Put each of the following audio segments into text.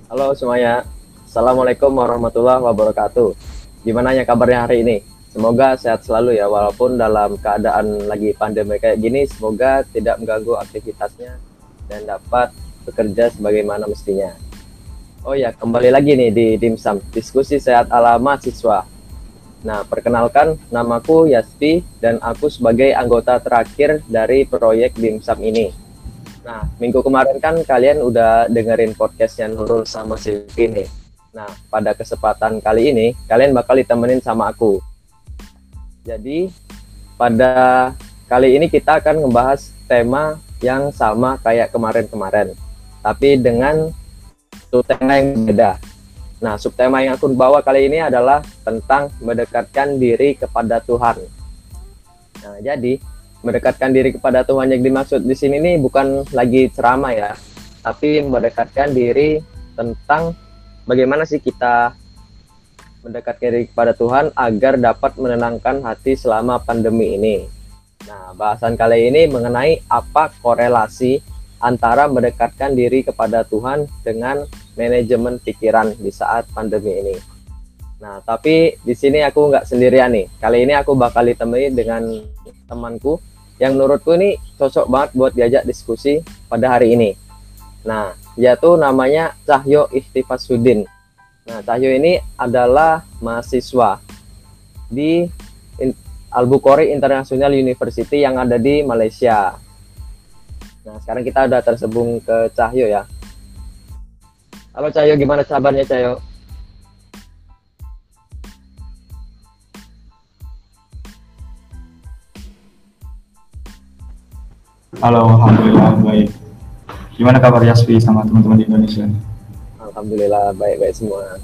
Halo semuanya, Assalamualaikum warahmatullahi wabarakatuh. Gimana ya kabarnya hari ini? Semoga sehat selalu ya, walaupun dalam keadaan lagi pandemi kayak gini, semoga tidak mengganggu aktivitasnya dan dapat bekerja sebagaimana mestinya. Oh ya, kembali lagi nih di Dimsum, diskusi sehat ala mahasiswa. Nah, perkenalkan, namaku Yaspi dan aku sebagai anggota terakhir dari proyek Dimsum ini. Nah, minggu kemarin kan kalian udah dengerin podcastnya Nurul sama Silvi nih. Nah, pada kesempatan kali ini, kalian bakal ditemenin sama aku. Jadi, pada kali ini kita akan ngebahas tema yang sama kayak kemarin-kemarin. Tapi dengan subtema yang berbeda. Nah, subtema yang aku bawa kali ini adalah tentang mendekatkan diri kepada Tuhan. Nah, jadi mendekatkan diri kepada Tuhan yang dimaksud di sini nih bukan lagi ceramah ya, tapi mendekatkan diri tentang bagaimana sih kita mendekatkan diri kepada Tuhan agar dapat menenangkan hati selama pandemi ini. Nah, bahasan kali ini mengenai apa korelasi antara mendekatkan diri kepada Tuhan dengan manajemen pikiran di saat pandemi ini. Nah, tapi di sini aku nggak sendirian nih. Kali ini aku bakal ditemani dengan temanku yang menurutku ini cocok banget buat diajak diskusi pada hari ini. Nah, dia tuh namanya Cahyo Ikhtifasuddin. Nah, Cahyo ini adalah mahasiswa di Al-Bukhari International University yang ada di Malaysia. Nah, sekarang kita udah tersambung ke Cahyo ya. Halo Cahyo, gimana kabarnya Cahyo? Halo, alhamdulillah baik. Gimana kabar Yasvi sama teman-teman di Indonesia? Alhamdulillah baik-baik semua.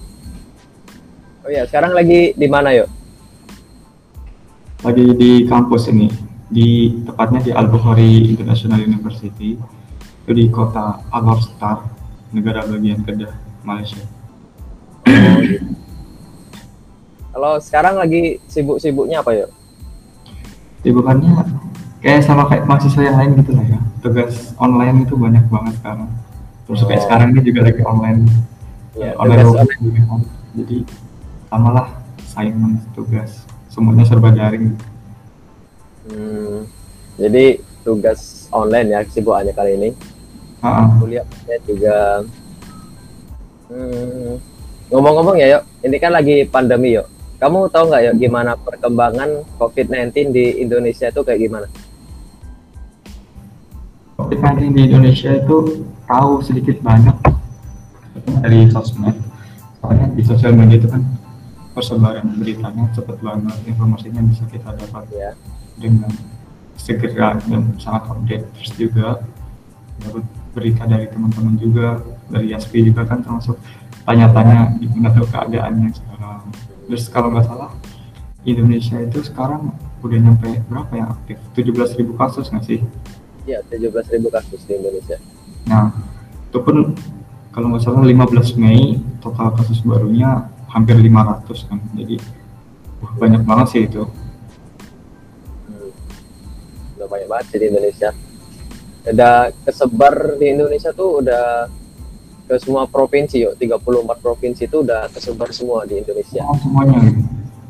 Oh ya, sekarang lagi di mana yuk? Lagi di kampus ini, tepatnya di Al-Bukhari International University, itu di kota Al-Horstar, negara bagian Kedah, Malaysia. Oh, gitu. Kalau sekarang lagi sibuk-sibuknya apa yuk? Sibukannya kayak sama kayak mahasiswa yang lain gitu lah ya. Tugas online itu banyak banget sekarang. Terus kayak sekarang ini juga lagi online, Ya, online tugas work juga kan. Jadi samalah assignment, tugas, semuanya serba daring. Jadi tugas online ya kesibukannya kali ini. Kuliahnya juga. Ngomong-ngomong ya yuk, ini kan lagi pandemi yuk. Kamu tahu nggak yuk gimana perkembangan COVID-19 di Indonesia itu kayak gimana? COVID-19 di Indonesia itu tahu sedikit banyak dari sosmed. Soalnya di sosial media itu kan persebaran beritanya cepat banget, informasinya bisa kita dapat Ya. dengan segera dan sangat update. Terus juga dapat berita dari teman-teman juga, dari Yaspi juga kan termasuk tanya-tanya gimana tuh keadaannya sekarang. Terus kalau nggak salah Indonesia itu sekarang udah nyampe berapa yang aktif? 17.000 kasus nggak sih? Ya, 17.000 kasus di Indonesia. Nah, itu pun kalau nggak salah 15 Mei total kasus barunya hampir 500 kan. Jadi banyak banget sih itu. Udah banyak banget sih di Indonesia. Udah kesebar di Indonesia tuh udah ke semua provinsi yuk. 34 provinsi itu udah kesebar semua di Indonesia. Oh, semuanya gitu.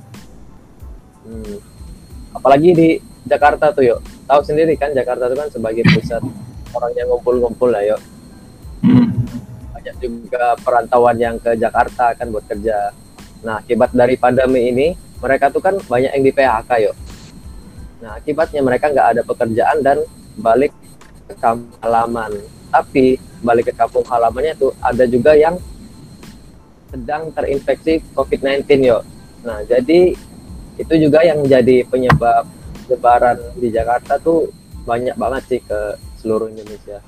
Apalagi di Jakarta tuh yuk. Tahu sendiri kan Jakarta itu kan sebagai pusat orang yang ngumpul-ngumpul lah yuk. Banyak juga perantauan yang ke Jakarta kan buat kerja. Nah, akibat dari pandemi ini, mereka tuh kan banyak yang di PHK yuk. Nah, akibatnya mereka nggak ada pekerjaan dan balik ke kampung halaman. Tapi balik ke kampung halamannya tuh ada juga yang sedang terinfeksi COVID-19 yuk. Nah, jadi itu juga yang menjadi penyebab penyebaran di Jakarta tuh banyak banget sih ke seluruh Indonesia.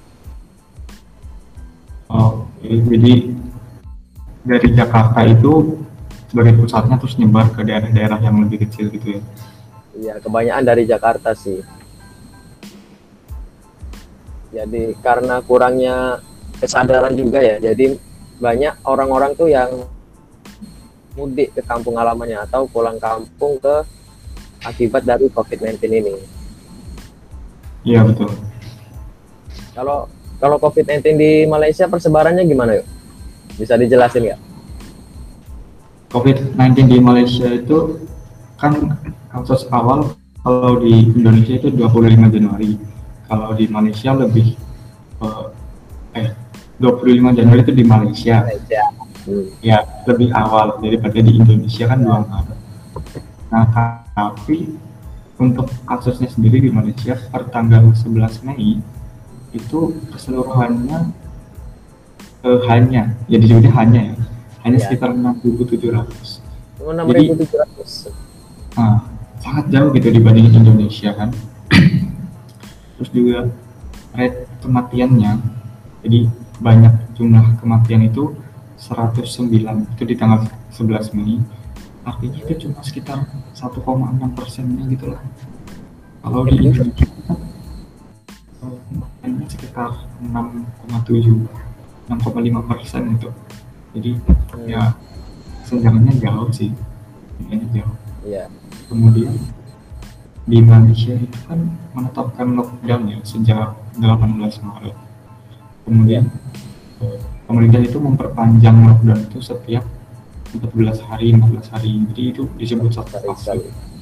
Oh, jadi dari Jakarta itu sebagai pusatnya terus nyebar ke daerah-daerah yang lebih kecil gitu ya? Iya, kebanyakan dari Jakarta sih. Jadi karena kurangnya kesadaran juga ya, jadi banyak orang-orang tuh yang mudik ke kampung halamannya atau pulang kampung ke akibat dari COVID-19 ini. Iya betul. Kalau COVID-19 di Malaysia persebarannya gimana yuk? Bisa dijelasin nggak? COVID-19 di Malaysia itu kan kasus awal kalau di Indonesia itu 25 Januari. Kalau di Malaysia lebih eh 25 Januari itu di Malaysia. Malaysia. Ya, lebih awal daripada di Indonesia kan 2 Maret. Nah, tapi untuk kasusnya sendiri di Malaysia per tanggal 11 Mei itu keseluruhannya hanya, ya disebutnya hanya ya, hanya Ya. sekitar 6.700. Cuma 6.700. Nah, sangat jauh gitu dibandingin Indonesia kan. Terus juga rate kematiannya, jadi banyak jumlah kematian itu 109 itu di tanggal 11 Mei. Artinya itu cuma sekitar 1,6%-nya gitu lah. Kalau di Indonesia kematiannya sekitar 6,7, 6,5% itu. Jadi ya senjangnya jauh sih, senjangnya jauh. Iya. Kemudian di Malaysia itu kan menetapkan lockdown ya sejak 18 Maret. Kemudian pemerintah itu memperpanjang lockdown itu setiap 14 hari. Jadi itu disebut satu fase.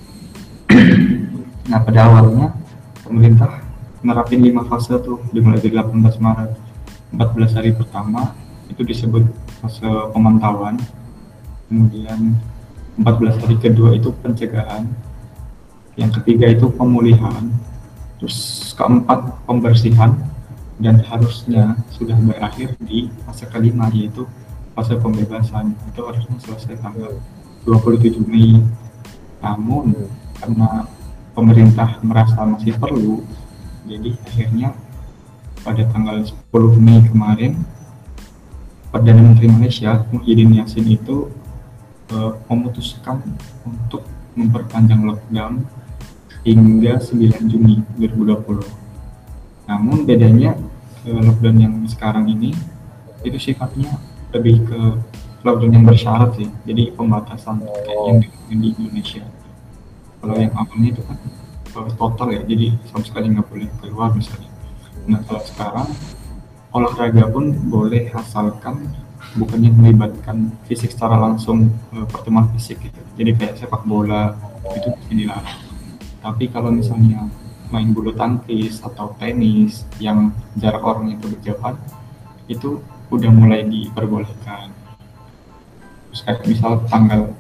Nah, pada awalnya pemerintah nerapin 5 fase tuh, dimulai dari 18 Maret. 14 hari pertama itu disebut fase pemantauan. Kemudian 14 hari kedua itu pencegahan. Yang ketiga itu pemulihan. Terus keempat pembersihan. Dan harusnya sudah berakhir di fase kelima, yaitu fase pembebasan. Itu harusnya selesai tanggal 27 Mei. Namun karena pemerintah merasa masih perlu, jadi akhirnya pada tanggal 10 Mei kemarin Perdana Menteri Malaysia Muhyiddin Yassin itu memutuskan untuk memperpanjang lockdown hingga 9 Juni 2020. Namun bedanya lockdown yang sekarang ini itu sifatnya lebih ke lockdown yang bersyarat sih, jadi pembatasan kayak yang di Indonesia. Kalau yang awalnya itu kan total ya, jadi sama sekali nggak boleh keluar misalnya. Nah, kalau sekarang olahraga pun boleh asalkan bukannya melibatkan fisik secara langsung, pertemuan fisik gitu. Jadi kayak sepak bola itu dilarang. Tapi kalau misalnya main bulu tangkis atau tenis yang jarak orangnya itu berjauhan, itu udah mulai diperbolehkan. Terus kayak misal tanggal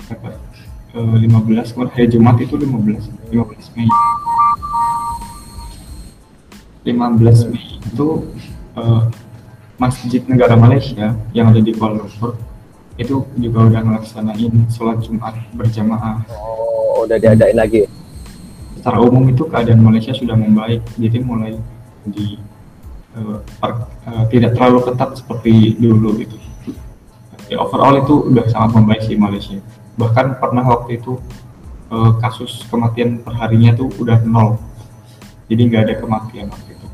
15 hari Jumat itu 15 Mei. 15 Mei itu Masjid Negara Malaysia yang ada di Kuala Lumpur itu juga udah ngelaksanain sholat Jumat berjamaah. Oh, udah diadain lagi. Secara umum itu keadaan Malaysia sudah membaik, jadi mulai tidak terlalu ketat seperti dulu gitu. Ya, overall itu udah sangat membaik sih Malaysia. Bahkan pernah waktu itu kasus kematian perharinya tuh udah 0, jadi nggak ada kematian waktu itu.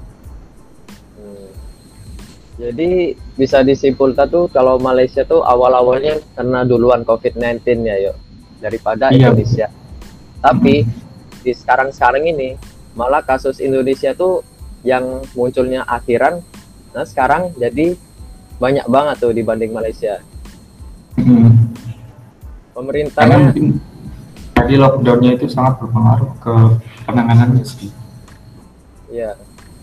Jadi bisa disimpulkan tuh kalau Malaysia tuh awal-awalnya karena duluan COVID-19 ya yuk daripada Indonesia. Tapi di sekarang ini malah kasus Indonesia tuh yang munculnya akhiran, nah sekarang jadi banyak banget tuh dibanding Malaysia. Pemerintahnya tadi lockdownnya itu sangat berpengaruh ke penanganannya sih. Iya,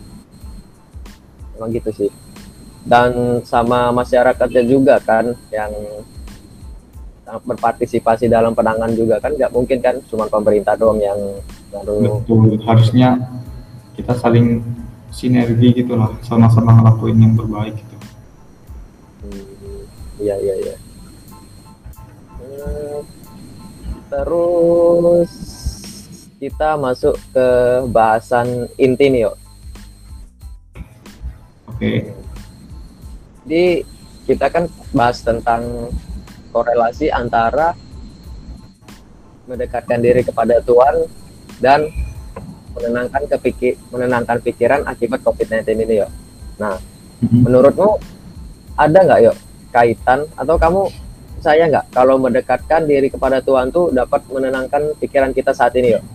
emang gitu sih. Dan sama masyarakatnya juga kan yang berpartisipasi dalam penanganan juga kan, nggak mungkin kan cuma pemerintah doang yang baru. Betul, harusnya kita saling sinergi gitulah, sama-sama ngelakuin yang terbaik gitu. Iya. Terus kita masuk ke bahasan inti nih yuk. Oke. Jadi kita kan bahas tentang korelasi antara mendekatkan diri kepada Tuhan dan menenangkan pikiran akibat COVID-19 ini yuk. Nah, menurutmu ada nggak yuk kaitan, atau kamu percaya nggak kalau mendekatkan diri kepada Tuhan tuh dapat menenangkan pikiran kita saat ini yuk?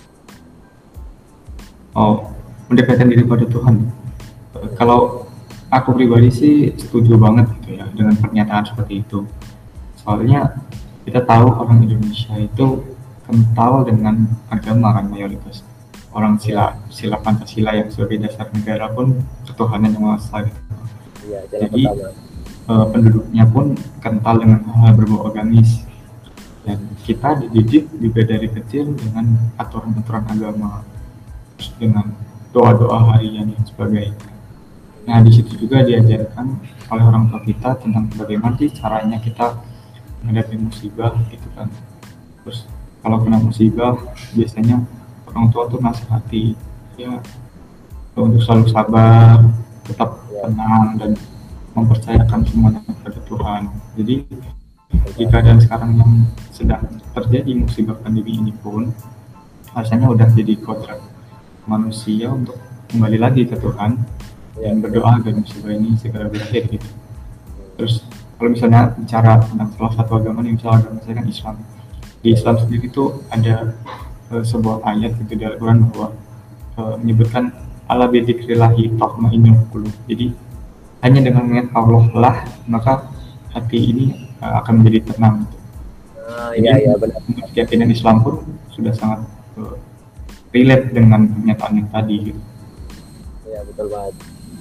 Oh, mendekatkan diri pada Tuhan. Kalau Aku pribadi sih setuju banget gitu ya dengan pernyataan seperti itu. Soalnya kita tahu orang Indonesia itu kental dengan agama kan mayoritas. Orang Ya, sila Pancasila yang sebagai dasar negara pun ketuhanan yang Maha Esa gitu. iya, jalan Jadi pertama. penduduknya pun kental dengan hal-hal berbau agamis. Dan kita dididik juga dari kecil dengan aturan-aturan agama, terus dengan doa-doa harian dan sebagainya. Nah, di situ juga diajarkan oleh orang tua kita tentang bagaimana sih caranya kita menghadapi musibah gitu kan. Terus kalau kena musibah, biasanya orang tua tuh nasihati ya untuk selalu sabar, tetap Ya, tenang dan mempercayakan semuanya kepada Tuhan. Jadi di benar. keadaan sekarang yang sedang terjadi musibah pandemi ini pun rasanya udah jadi kodrat manusia untuk kembali lagi ke Tuhan Ya, dan betul. berdoa agar musibah ini segera berakhir gitu. Terus kalau misalnya bicara tentang salah satu agama nih, misalnya agama saya kan Islam. Di Ya, Islam ya. sendiri itu ada sebuah ayat gitu di Al-Quran bahwa menyebutkan ala bidzikrillahi tatma'innul qulub. Jadi hanya dengan mengingat Allah lah maka hati ini akan menjadi tenang. Gitu. Ah, Jadi iya, iya, benar. untuk keyakinan Islam pun sudah sangat relate dengan pernyataan yang tadi gitu. Iya, betul banget.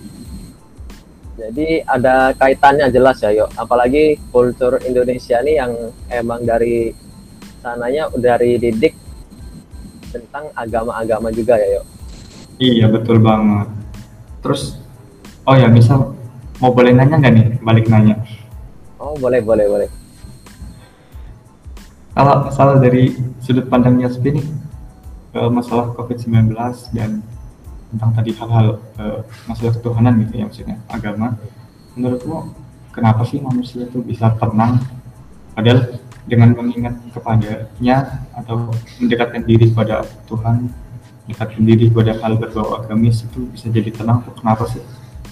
Jadi ada kaitannya jelas ya, yuk. Apalagi kultur Indonesia nih yang emang dari sananya udah dididik tentang agama-agama juga ya, yuk. Iya betul banget. Terus oh ya misal mau boleh nanya nggak nih balik nanya. Oh, boleh, boleh, boleh. Kalau salah dari sudut pandang Yasmin nih masalah COVID-19 dan tentang tadi hal-hal masalah ketuhanan gitu ya maksudnya agama. Menurutmu kenapa sih manusia itu bisa tenang padahal dengan mengingat kepadanya atau mendekatkan diri kepada Tuhan, mendekatkan diri kepada hal berbau agamis itu bisa jadi tenang tuh kenapa sih?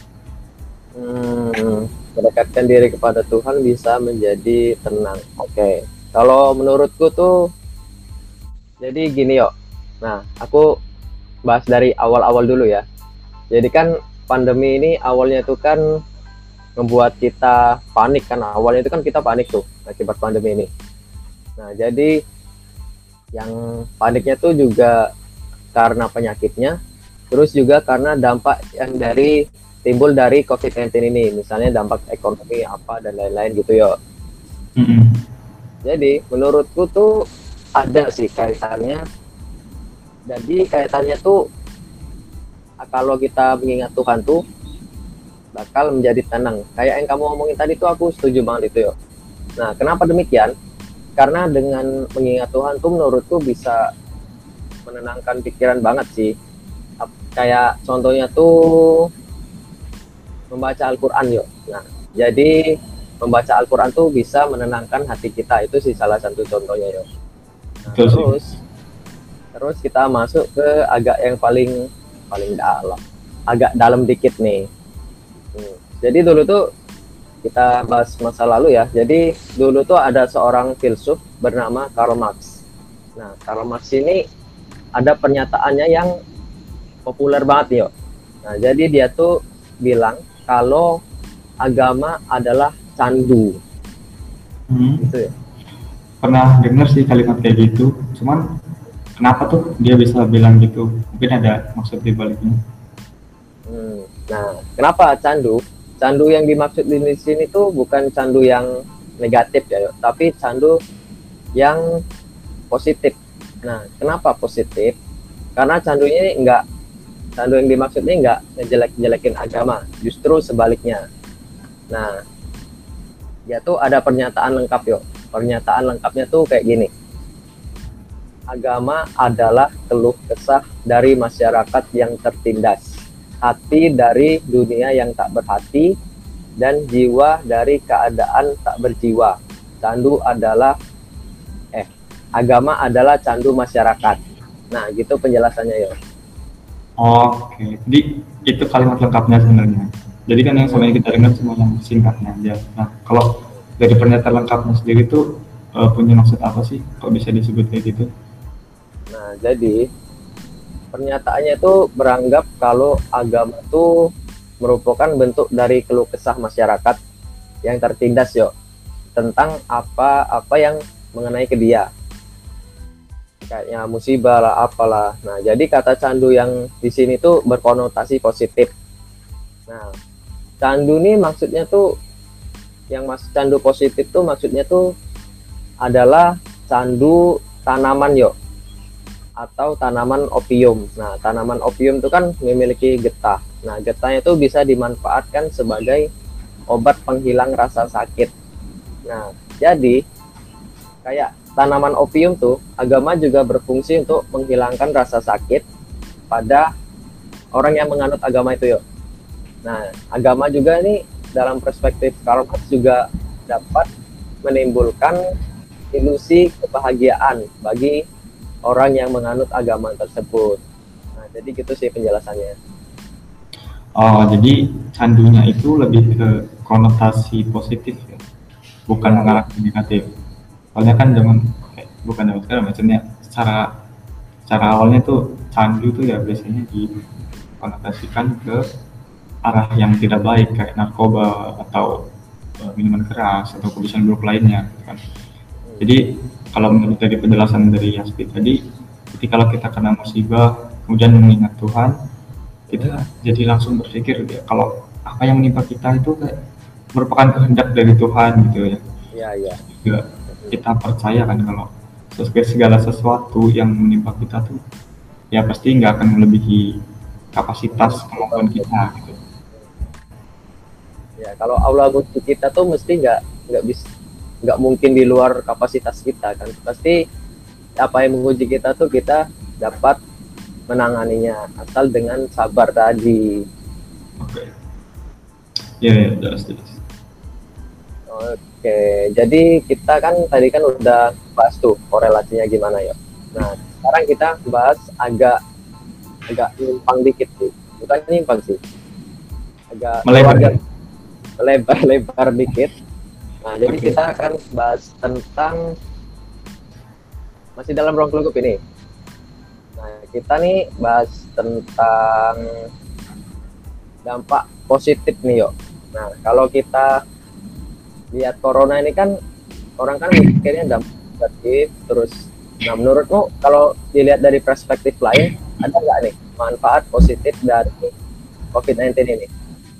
Mendekatkan diri kepada Tuhan bisa menjadi tenang. Oke. Kalau menurutku tuh, jadi gini yuk. Nah, aku bahas dari awal-awal dulu ya. Jadi kan pandemi ini awalnya itu kan membuat kita panik kan. Awalnya itu kan kita panik tuh akibat pandemi ini. Nah, jadi yang paniknya tuh juga karena penyakitnya, terus juga karena dampak yang timbul dari COVID-19 ini, misalnya dampak ekonomi apa dan lain-lain gitu ya. Mm-mm. Jadi menurutku tuh ada sih kaitannya. Jadi kaitannya tuh kalau kita mengingat Tuhan tuh bakal menjadi tenang. Kayak yang kamu ngomongin tadi tuh aku setuju banget itu ya. Nah, kenapa demikian? Karena dengan mengingat Tuhan tuh menurutku bisa menenangkan pikiran banget sih. Kayak contohnya tuh membaca Al-Quran yuk. Nah, jadi membaca Al-Quran tuh bisa menenangkan hati kita. Itu sih salah satu contohnya yuk. Nah, Betul sih. terus kita masuk ke agak yang paling paling dalam. Agak dalam dikit nih. Jadi dulu tuh kita bahas masa lalu ya. Jadi dulu tuh ada seorang filsuf bernama Karl Marx. Nah, Karl Marx ini ada pernyataannya yang populer banget yuk. Nah, jadi dia tuh bilang kalau agama adalah candu. Gitu ya. Pernah dengar sih kalimat kayak gitu, cuman kenapa tuh dia bisa bilang gitu? Mungkin ada maksud di baliknya. Nah, kenapa candu? Candu yang dimaksud di sini tuh bukan candu yang negatif ya, tapi candu yang positif. Nah, kenapa positif? Karena candunya enggak, candu yang dimaksud ini enggak ngejelek-jelekin agama, justru sebaliknya. Nah, dia tuh ada pernyataan lengkap yuk. Pernyataan lengkapnya tuh kayak gini. Agama adalah keluh kesah dari masyarakat yang tertindas, hati dari dunia yang tak berhati, dan jiwa dari keadaan tak berjiwa. Candu adalah agama adalah candu masyarakat. Nah, gitu penjelasannya yuk. Oke, jadi itu kalimat lengkapnya sebenarnya. Jadi kan yang selama ini kita dengar cuma yang singkatnya aja. Nah, kalau dari pernyataan lengkapnya sendiri itu punya maksud apa sih? Kok bisa disebut kayak gitu? Nah, jadi pernyataannya itu beranggap kalau agama itu merupakan bentuk dari keluh kesah masyarakat yang tertindas yo tentang apa yang mengenai ke dia, kayaknya musibah lah apalah. Nah, jadi kata candu yang di sini tuh berkonotasi positif. Nah, candu nih maksudnya tuh candu positif tuh maksudnya tuh adalah candu tanaman yo atau tanaman opium. Nah, tanaman opium itu kan memiliki getah. Nah, getahnya itu bisa dimanfaatkan sebagai obat penghilang rasa sakit. Nah, jadi kayak tanaman opium tuh, agama juga berfungsi untuk menghilangkan rasa sakit pada orang yang menganut agama itu, yuk. Nah, agama juga ini dalam perspektif Karl Marx juga dapat menimbulkan ilusi kebahagiaan bagi orang yang menganut agama tersebut. Nah, jadi gitu sih penjelasannya. Oh, jadi candunya itu lebih ke konotasi positif ya, bukan mengarah ke negatif. Soalnya kan bukan zaman sekarang, maksudnya secara awalnya tuh candu tuh ya biasanya dikonotasikan ke arah yang tidak baik kayak narkoba atau minuman keras atau kebiasaan buruk lainnya gitu kan. Jadi kalau menurut dari penjelasan dari Yaspi tadi, kalau kita kena musibah kemudian mengingat Tuhan, kita jadi langsung berpikir ya, kalau apa yang menimpa kita itu kayak merupakan kehendak dari Tuhan gitu ya. Iya. Juga kita percaya kan kalau segala sesuatu yang menimpa kita tuh ya pasti nggak akan melebihi kapasitas kemampuan kita gitu. Ya, kalau Allah butuh kita tuh mesti nggak mungkin di luar kapasitas kita kan. Pasti apa yang menguji kita tuh kita dapat menanganinya asal dengan sabar tadi. Oke. Ya, jelas. Oke, jadi kita kan tadi kan udah bahas tuh korelasinya gimana ya. Nah, sekarang kita bahas agak nyimpang dikit sih. Bukan nyimpang sih. Agak lebar dikit. Nah, jadi kita akan bahas tentang masih dalam ruang kelukup ini. Nah, kita nih bahas tentang dampak positif nih, yuk. Nah, kalau kita lihat corona ini kan orang kan mikirnya dampak negatif terus. Nah, menurutmu kalau dilihat dari perspektif lain, ada nggak nih manfaat positif dari COVID-19 ini?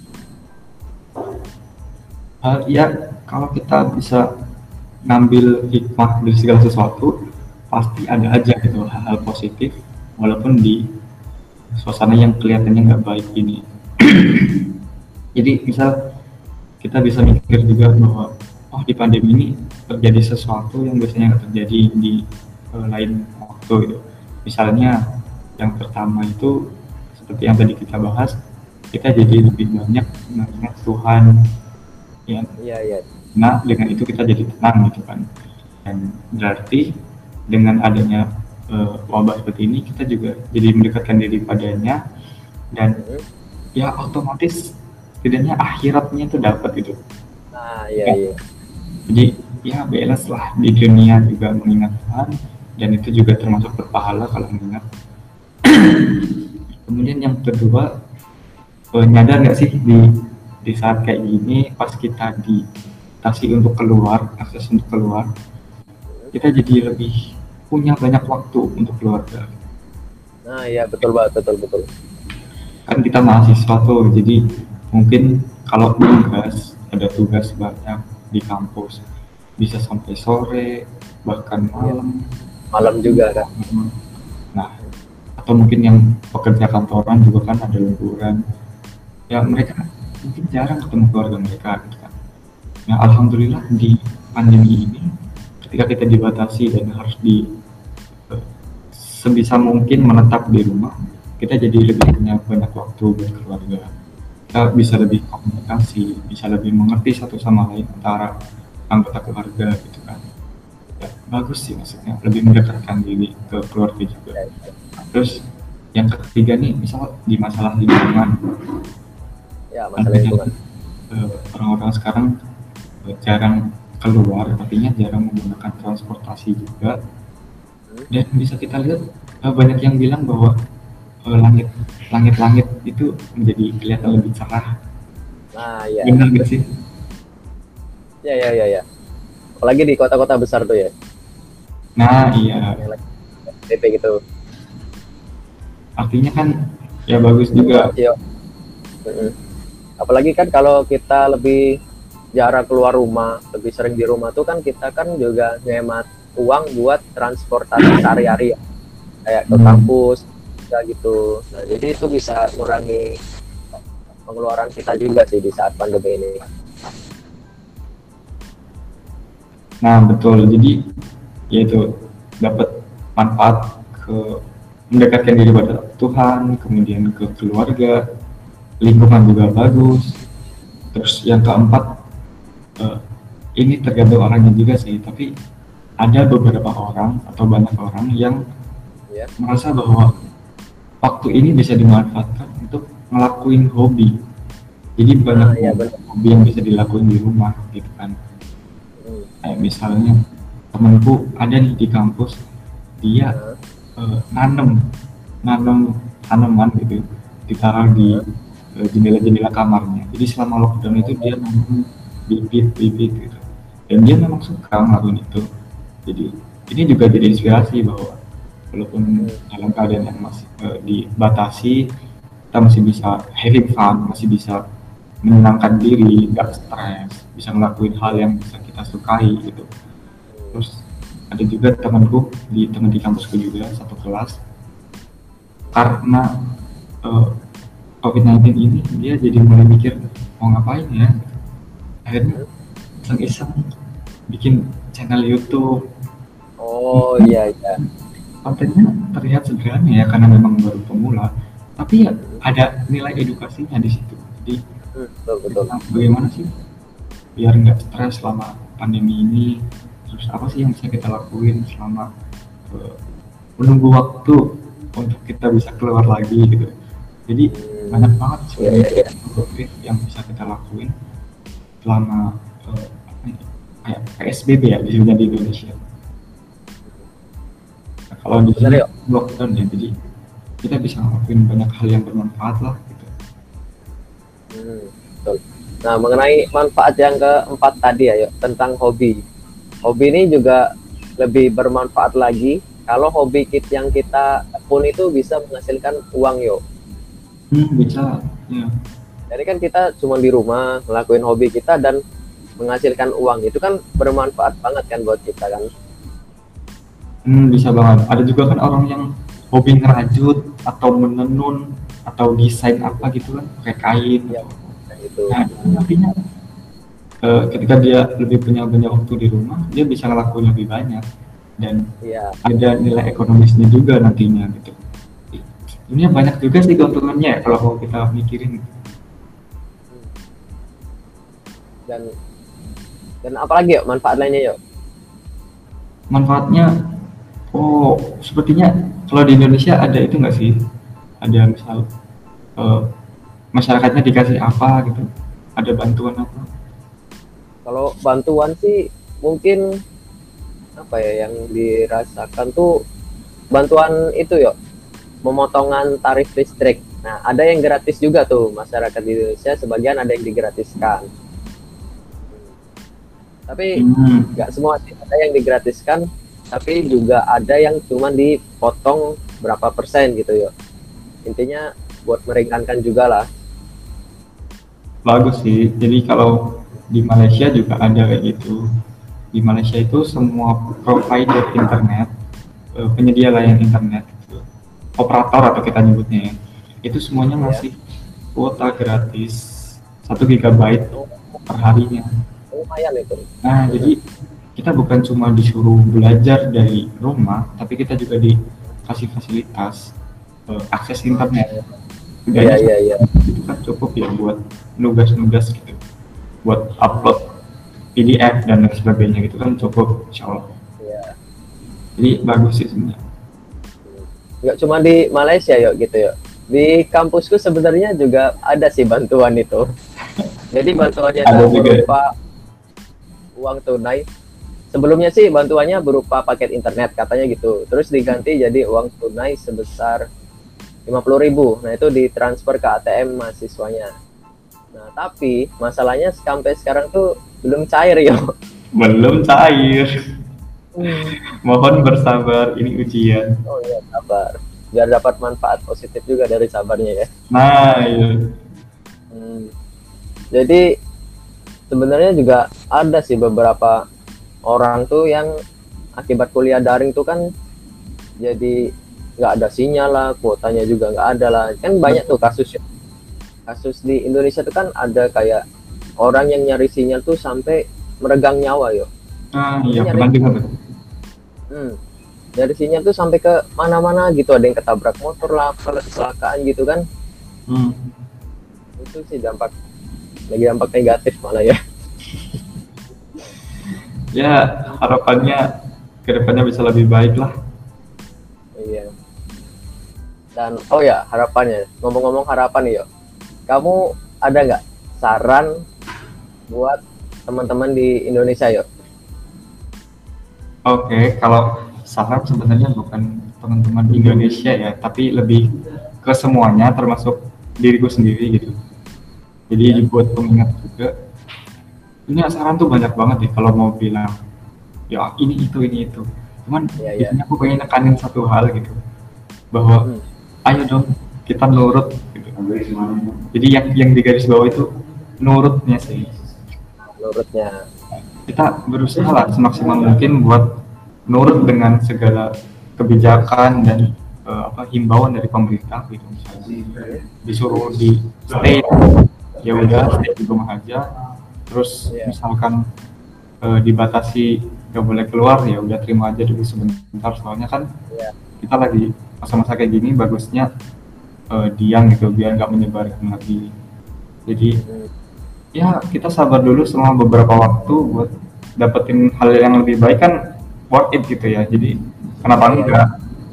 Ya, kalau kita bisa ngambil hikmah dari segala sesuatu, pasti ada aja gitu hal-hal positif, walaupun di suasana yang kelihatannya nggak baik ini. Jadi misal kita bisa mikir juga bahwa di pandemi ini terjadi sesuatu yang biasanya nggak terjadi di lain waktu gitu. Misalnya yang pertama itu seperti yang tadi kita bahas, kita jadi lebih banyak mengingat Tuhan. Iya. Nah, dengan itu kita jadi tenang gitu kan. Dan berarti dengan adanya wabah seperti ini, kita juga jadi mendekatkan diri padanya, dan ya otomatis setidaknya akhiratnya itu dapat gitu. Nah, iya. Jadi ya beres lah di dunia juga mengingat Tuhan, dan itu juga termasuk berpahala kalau mengingat. Kemudian yang kedua, nyadar nggak sih di saat kayak gini, pas kita dikasih untuk keluar, akses untuk keluar, kita jadi lebih punya banyak waktu untuk keluarga. Nah, iya, betul banget, betul. Kan kita mahasiswa tuh, jadi mungkin kalau ada tugas banyak di kampus, bisa sampai sore, bahkan malam juga kan. Nah, atau mungkin yang pekerja kantoran juga kan ada liburan, ya mereka mungkin jarang ketemu keluarga mereka gitu kan. Nah, alhamdulillah di pandemi ini ketika kita dibatasi dan harus sebisa mungkin menetap di rumah, kita jadi lebih punya banyak waktu buat keluarga. Kita bisa lebih komunikasi, bisa lebih mengerti satu sama lain antara anggota keluarga gitu kan. Ya, bagus sih, maksudnya lebih mendekatkan diri ke keluarga juga. Terus yang ketiga nih, misal di masalah lingkungan. Ya, masalah lingkungan. Orang-orang sekarang jarang keluar, artinya jarang menggunakan transportasi juga. Dan bisa kita lihat banyak yang bilang bahwa langit itu menjadi kelihatan lebih cerah. Nah, ya. Benar gak sih? Ya. Apalagi di kota-kota besar tuh ya. Nah iya, Yang lagi PSBB gitu. artinya kan ya bagus juga. Iya. Mm-mm. Apalagi kan kalau kita lebih jarang keluar rumah, lebih sering di rumah tuh kan kita kan juga ngehemat uang buat transportasi sehari-hari ya. Kayak ke kampus ya gitu. Nah, jadi itu bisa mengurangi pengeluaran kita juga sih di saat pandemi ini. Nah betul, jadi yaitu dapat manfaat ke mendekatkan diri pada Tuhan, kemudian ke keluarga, lingkungan juga bagus. Terus yang keempat, ini tergantung orangnya juga sih, tapi ada beberapa orang atau banyak orang yang Ya. merasa bahwa waktu ini bisa dimanfaatkan untuk ngelakuin hobi. Jadi banyak Iya, benar. hobi yang bisa dilakuin di rumah gitu kan. Hmm. Kayak misalnya temanku ada nih di kampus, dia nanam tanaman gitu, ditaruh di jendela-jendela kamarnya. Jadi selama lockdown itu dia nanam bibit-bibit gitu. Dan dia memang suka ngelakuin itu. Jadi ini juga jadi inspirasi bahwa walaupun dalam keadaan yang masih dibatasi, kita masih bisa having fun, masih bisa menenangkan diri, nggak stres, bisa ngelakuin hal yang bisa kita sukai gitu. Terus ada juga teman di kampusku juga satu kelas, karena COVID-19 ini dia jadi mulai mikir mau ngapain ya, akhirnya iseng-iseng bikin channel YouTube. Oh iya. Kontennya terlihat sederhana ya karena memang baru pemula, tapi ya ada nilai edukasinya di situ. Jadi Betul. bagaimana sih biar nggak stres selama pandemi ini, terus apa sih yang bisa kita lakuin selama menunggu waktu untuk kita bisa keluar lagi gitu. Jadi banyak banget sebenarnya produktif yang bisa kita lakuin selama kayak PSBB ya disebutnya di Indonesia. Nah, kalau di sini lockdown ya, jadi kita bisa ngelakuin banyak hal yang bermanfaat lah gitu. Betul. Nah, mengenai manfaat yang keempat tadi ya, yuk, tentang hobi. Hobi ini juga lebih bermanfaat lagi kalau hobi yang kita pun itu bisa menghasilkan uang, yuk. Bisa, ya. Jadi kan kita cuma di rumah ngelakuin hobi kita dan menghasilkan uang, itu kan bermanfaat banget kan buat kita kan. Bisa banget. Ada juga kan orang yang hobi ngerajut atau menenun atau desain apa gitu kan, pakai kain. Ya, gitu. Nah, artinya ketika dia lebih punya banyak waktu di rumah, dia bisa ngelakuin lebih banyak dan ada nilai ekonomisnya juga nantinya gitu. Ini banyak juga sih keuntungannya kalau mau kita mikirin. Dan apalagi yuk manfaat lainnya yuk? Manfaatnya, sepertinya kalau di Indonesia ada itu nggak sih? Ada misal masyarakatnya dikasih apa gitu? Ada bantuan apa? Kalau bantuan sih mungkin apa ya yang dirasakan tuh bantuan itu yuk, pemotongan tarif listrik. Nah, ada yang gratis juga tuh masyarakat di Indonesia, sebagian ada yang digratiskan. Tapi nggak semua sih, ada yang digratiskan, tapi juga ada yang cuma dipotong berapa persen gitu yuk. Intinya buat meringankan juga lah. Bagus sih. Jadi kalau di Malaysia juga ada kayak gitu. Di Malaysia itu semua provider internet, penyedia layanan internet, operator atau kita nyebutnya ya, itu semuanya ngasih kuota gratis 1 GB per harinya. Lumayan itu. Nah, jadi kita bukan cuma disuruh belajar dari rumah, tapi kita juga dikasih fasilitas akses internet. Iya. Itu kan cukup ya buat nugas-nugas gitu, buat upload PDF dan lain sebagainya gitu kan cukup, insya Allah. Iya. Jadi bagus sih sebenarnya. Nggak cuma di Malaysia yuk gitu yuk. Di kampusku sebenarnya juga ada sih bantuan itu. Jadi bantuannya itu berupa uang tunai. Sebelumnya sih bantuannya berupa paket internet katanya gitu. Terus diganti jadi uang tunai sebesar 50.000. Nah, itu ditransfer ke ATM mahasiswanya. Nah, tapi masalahnya sampai sekarang tuh belum cair ya. Belum cair. Mohon bersabar, ini ujian. Oh iya, sabar. Biar dapat manfaat positif juga dari sabarnya ya. Nah, iya. Jadi sebenarnya juga ada sih beberapa orang tuh yang akibat kuliah daring tuh kan jadi nggak ada sinyal lah, kuotanya juga nggak ada lah. Kan banyak tuh kasusnya. Kasus di Indonesia tuh kan ada kayak orang yang nyari sinyal tuh sampai meregang nyawa yo. Nah, iya, pernah dengar. Dari sinyal tuh sampai ke mana-mana gitu, ada yang ketabrak motor lah, kecelakaan gitu kan. Itu sih dampak negatif malah ya. Ya, harapannya kedepannya bisa lebih baik lah. Iya. Dan oh ya, harapannya, ngomong-ngomong harapan nih yo, kamu ada nggak saran buat teman-teman di Indonesia yo? Oke, kalau saran sebenarnya bukan teman-teman Indonesia ya, tapi lebih ke semuanya, termasuk diriku sendiri gitu. Jadi buat pengingat juga, ini saran tuh banyak banget nih kalau mau bilang, ya ini itu. Cuman di sini aku pengen nekanin satu hal gitu, bahwa ayo dong kita nurut gitu. Jadi yang di garis bawah itu nurutnya sih. Nurutnya. Kita berusaha lah semaksimal mungkin buat nurut dengan segala kebijakan dan himbauan dari pemerintah gitu. Misalnya disuruh di stay, ya udah stay di rumah aja. Terus misalkan dibatasi nggak boleh keluar, ya udah terima aja dulu sebentar. Soalnya kan kita lagi masa-masa kayak gini, bagusnya diam gitu biar nggak menyebarkan lagi. Jadi ya kita sabar dulu selama beberapa waktu buat dapetin hal yang lebih baik, kan worth it gitu ya. Jadi kenapa enggak?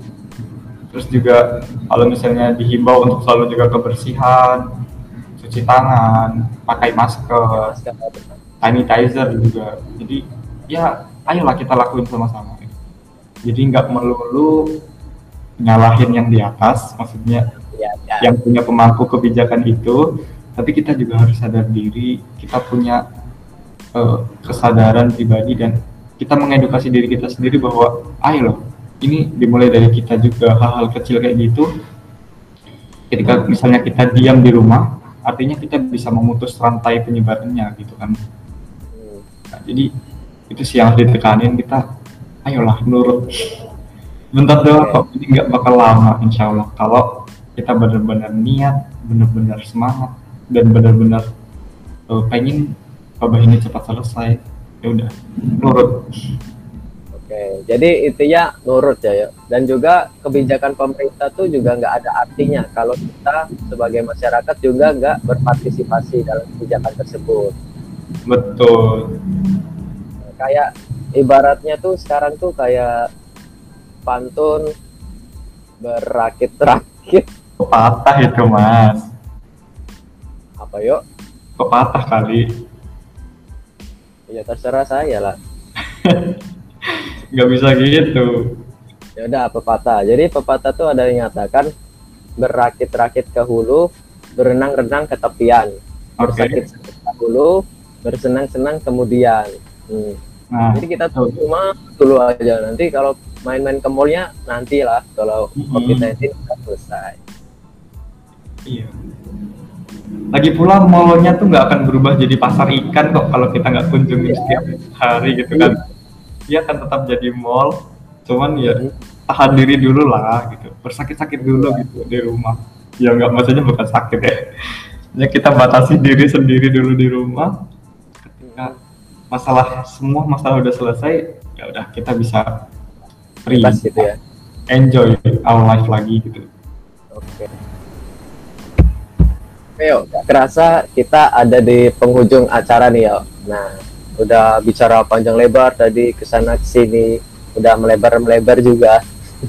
Terus juga kalau misalnya dihimbau untuk selalu jaga kebersihan, cuci tangan, pakai masker, sanitizer juga. Jadi ya ayolah kita lakuin sama-sama. Jadi nggak melulu nyalahin yang di atas, maksudnya yang punya pemangku kebijakan itu, tapi kita juga harus sadar diri, kita punya kesadaran pribadi dan kita mengedukasi diri kita sendiri bahwa ayo loh, ini dimulai dari kita juga. Hal-hal kecil kayak gitu, ketika misalnya kita diam di rumah, artinya kita bisa memutus rantai penyebarannya gitu kan. Nah, jadi itu sih yang harus ditekanin, kita ayolah nurut. Bentar doang kok, ini nggak bakal lama insya Allah kalau kita benar-benar niat, benar-benar semangat, dan benar-benar pengen wabah ini cepat selesai. Ya udah, nurut. Oke, jadi intinya nurut ya. Dan juga kebijakan pemerintah tuh juga nggak ada artinya kalau kita sebagai masyarakat juga nggak berpartisipasi dalam kebijakan tersebut. Betul. Kayak ibaratnya tuh sekarang tuh kayak pantun berakit-rakit. Pepatah itu mas. Apa yuk? Pepatah kali. Ya terserah saya lah. Nggak bisa gitu. Ya udah, pepatah. Jadi pepatah tuh ada yang nyatakan berakit-rakit ke hulu, berenang-renang ke tepian. Bersakit-sakit ke hulu, bersenang-senang kemudian. Nah, jadi kita tuh cuma dulu aja. Nanti kalau main-main ke mallnya nantilah kalau COVID-19 sudah selesai. Iya. Lagi pula mallnya tuh nggak akan berubah jadi pasar ikan kok kalau kita nggak kunjungi setiap hari gitu kan. Dia akan tetap jadi mall, cuman ya tahan diri dulu lah gitu, bersakit-sakit dulu gitu di rumah. Ya nggak, maksudnya bukan sakit ya. Ya kita batasi diri sendiri dulu di rumah. Ketika semua masalah udah selesai, ya udah kita bisa free gitu ya. Enjoy our life lagi gitu. Oke. Yo, gak kerasa kita ada di penghujung acara nih yo. Nah, udah bicara panjang lebar tadi, kesana kesini, udah melebar juga.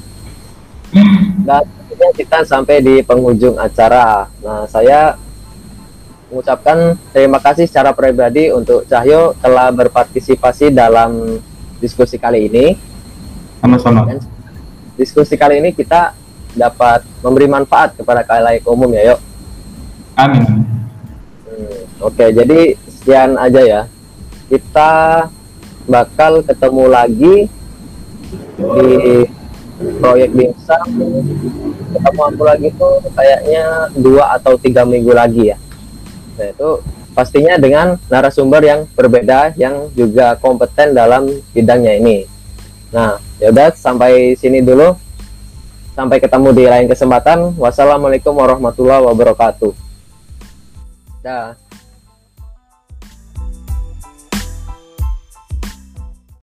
Dan akhirnya kita sampai di penghujung acara. Nah, saya mengucapkan terima kasih secara pribadi untuk Cahyo telah berpartisipasi dalam diskusi kali ini. Sama-sama. Dan diskusi kali ini kita dapat memberi manfaat kepada khalayak umum ya, yuk. Amin. Oke, jadi sekian aja ya. Kita bakal ketemu lagi di proyek dimsum. Ketemu aku lagi tuh kayaknya 2 atau 3 minggu lagi ya. Nah, itu pastinya dengan narasumber yang berbeda yang juga kompeten dalam bidangnya ini. Nah, yaudah sampai sini dulu. Sampai ketemu di lain kesempatan. Wassalamualaikum warahmatullahi wabarakatuh. Dah.